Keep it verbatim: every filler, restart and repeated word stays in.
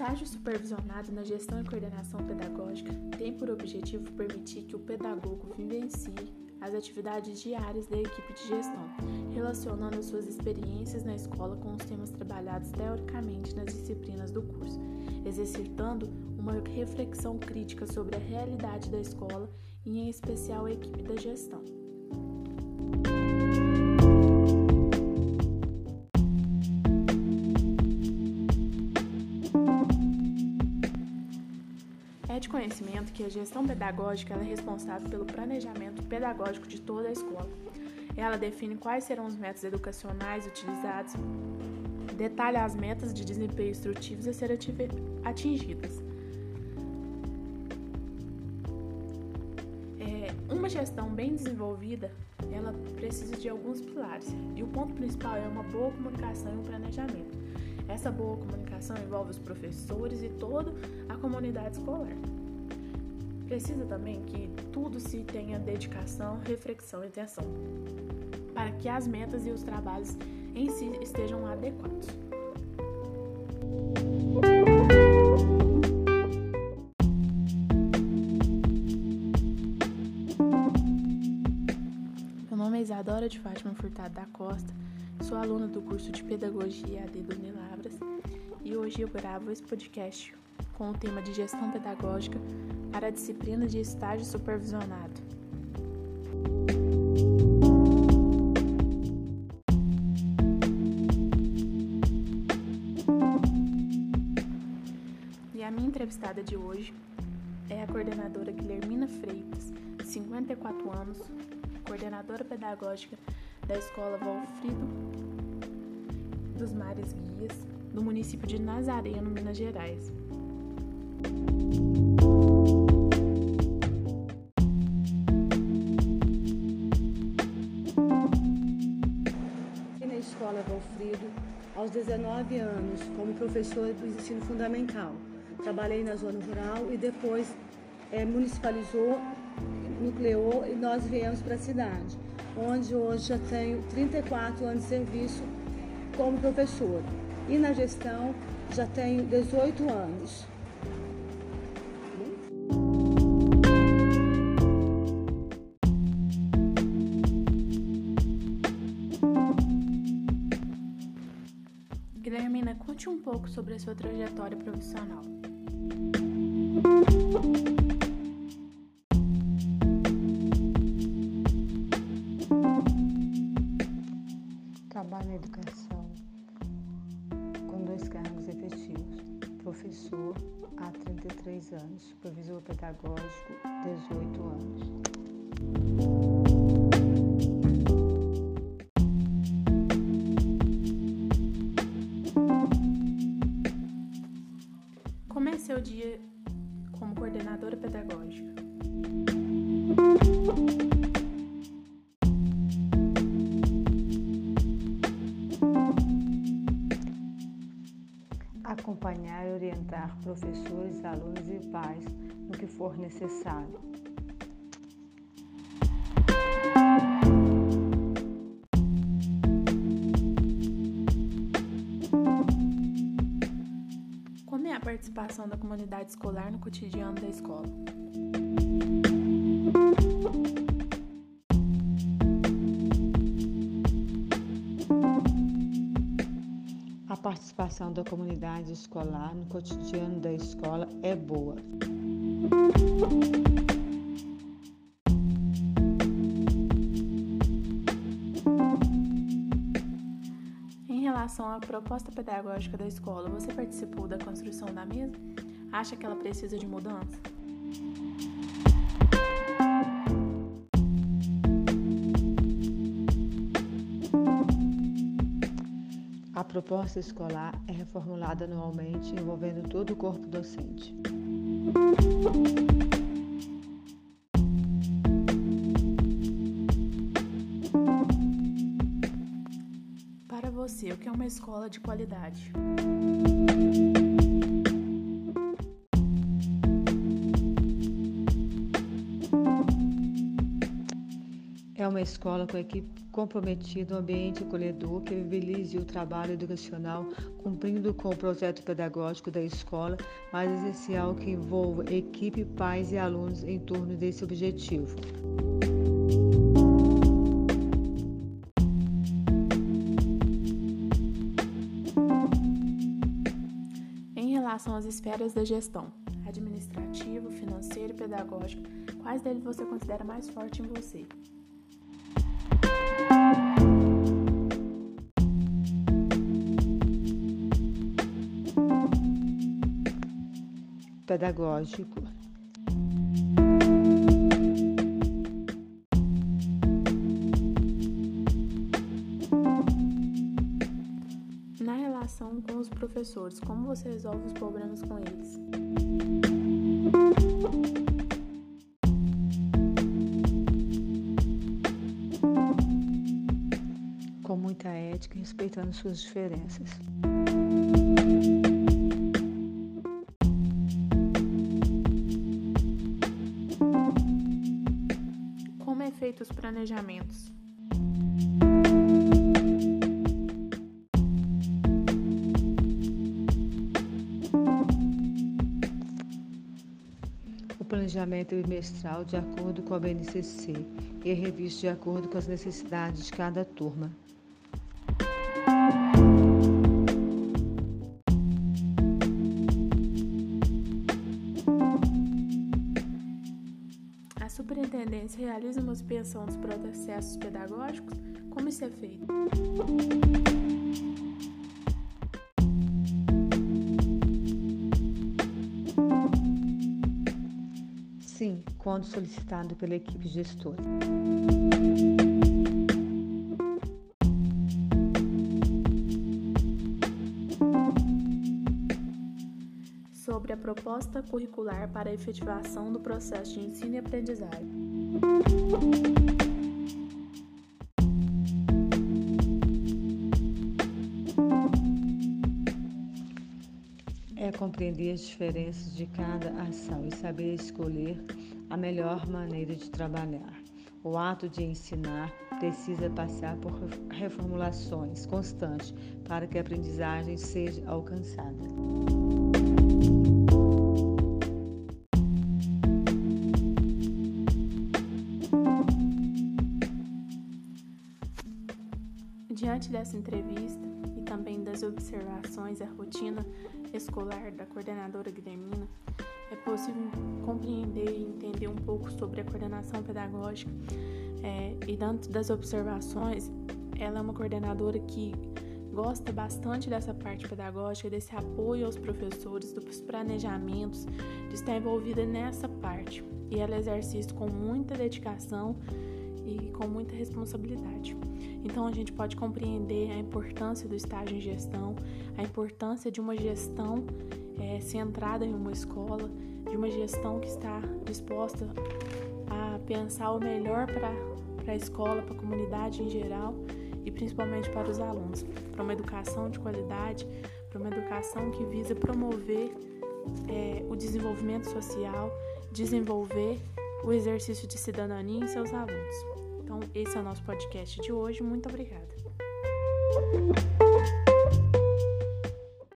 estágio supervisionado na gestão e coordenação pedagógica tem por objetivo permitir que o pedagogo vivencie as atividades diárias da equipe de gestão, relacionando as suas experiências na escola com os temas trabalhados teoricamente nas disciplinas do curso, exercitando uma reflexão crítica sobre a realidade da escola e, em especial, a equipe da gestão. É de conhecimento que a gestão pedagógica ela é responsável pelo planejamento pedagógico de toda a escola. Ela define quais serão os métodos educacionais utilizados, detalha as metas de desempenho instrutivos a serem atingidas. É, uma gestão bem desenvolvida, ela precisa de alguns pilares, e o ponto principal é uma boa comunicação e um planejamento. Essa boa comunicação envolve os professores e toda a comunidade escolar. Precisa também que tudo se tenha dedicação, reflexão e atenção, para que as metas e os trabalhos em si estejam adequados. Meu nome é Isadora de Fátima Furtado da Costa, sou aluna do curso de Pedagogia A D do Unilabras e hoje eu gravo esse podcast com o tema de Gestão Pedagógica para a disciplina de Estágio Supervisionado. E a minha entrevistada de hoje é a coordenadora Guilhermina Freitas, cinquenta e quatro anos, coordenadora pedagógica da Escola Valfrido dos Mares Guias, do município de Nazareno, Minas Gerais. Fui na Escola Valfrido aos dezenove anos como professora do ensino fundamental. Trabalhei na zona rural e depois é, municipalizou, nucleou e nós viemos para a cidade, onde hoje já tenho trinta e quatro anos de serviço como professora. E na gestão já tenho dezoito anos. Guilhermina, conte um pouco sobre a sua trajetória profissional. Trabalho na educação com dois cargos efetivos, professor há trinta e três anos, supervisor pedagógico dezoito anos. Como é seu dia como coordenadora pedagógica? Acompanhar e orientar professores, alunos e pais no que for necessário. Como é a participação da comunidade escolar no cotidiano da escola? A participação da comunidade escolar no cotidiano da escola é boa. Em relação à proposta pedagógica da escola, você participou da construção da mesma? Acha que ela precisa de mudança? A proposta escolar é reformulada anualmente, envolvendo todo o corpo docente. Para você, o que é uma escola de qualidade? É uma escola com equipe comprometido, um ambiente acolhedor que viabilize o trabalho educacional, cumprindo com o projeto pedagógico da escola, mas essencial que envolva equipe, pais e alunos em torno desse objetivo. Em relação às esferas da gestão, administrativo, financeiro e pedagógico, quais deles você considera mais forte em você? Pedagógico. Na relação com os professores, como você resolve os problemas com eles? Com muita ética e respeitando suas diferenças. Como é feito os planejamentos? O planejamento é bimestral de acordo com a B N C C e é revisto de acordo com as necessidades de cada turma. A superintendência realiza uma inspeção dos processos pedagógicos? Como isso é feito? Sim, quando solicitado pela equipe gestora. Sobre a proposta curricular para a efetivação do processo de ensino e aprendizagem. É compreender as diferenças de cada ação e saber escolher a melhor maneira de trabalhar. O ato de ensinar precisa passar por reformulações constantes para que a aprendizagem seja alcançada. Diante dessa entrevista e também das observações à rotina escolar da coordenadora Guilhermina, é possível compreender e entender um pouco sobre a coordenação pedagógica é, e dentro das observações, ela é uma coordenadora que gosta bastante dessa parte pedagógica, desse apoio aos professores, dos planejamentos, de estar envolvida nessa parte. E ela exerce isso com muita dedicação e com muita responsabilidade. Então a gente pode compreender a importância do estágio em gestão, a importância de uma gestão é, centrada em uma escola, de uma gestão que está disposta a pensar o melhor para a escola, para a comunidade em geral e principalmente para os alunos, para uma educação de qualidade, para uma educação que visa promover é, o desenvolvimento social, desenvolver o exercício de cidadania em seus alunos. Então, esse é o nosso podcast de hoje. Muito obrigada.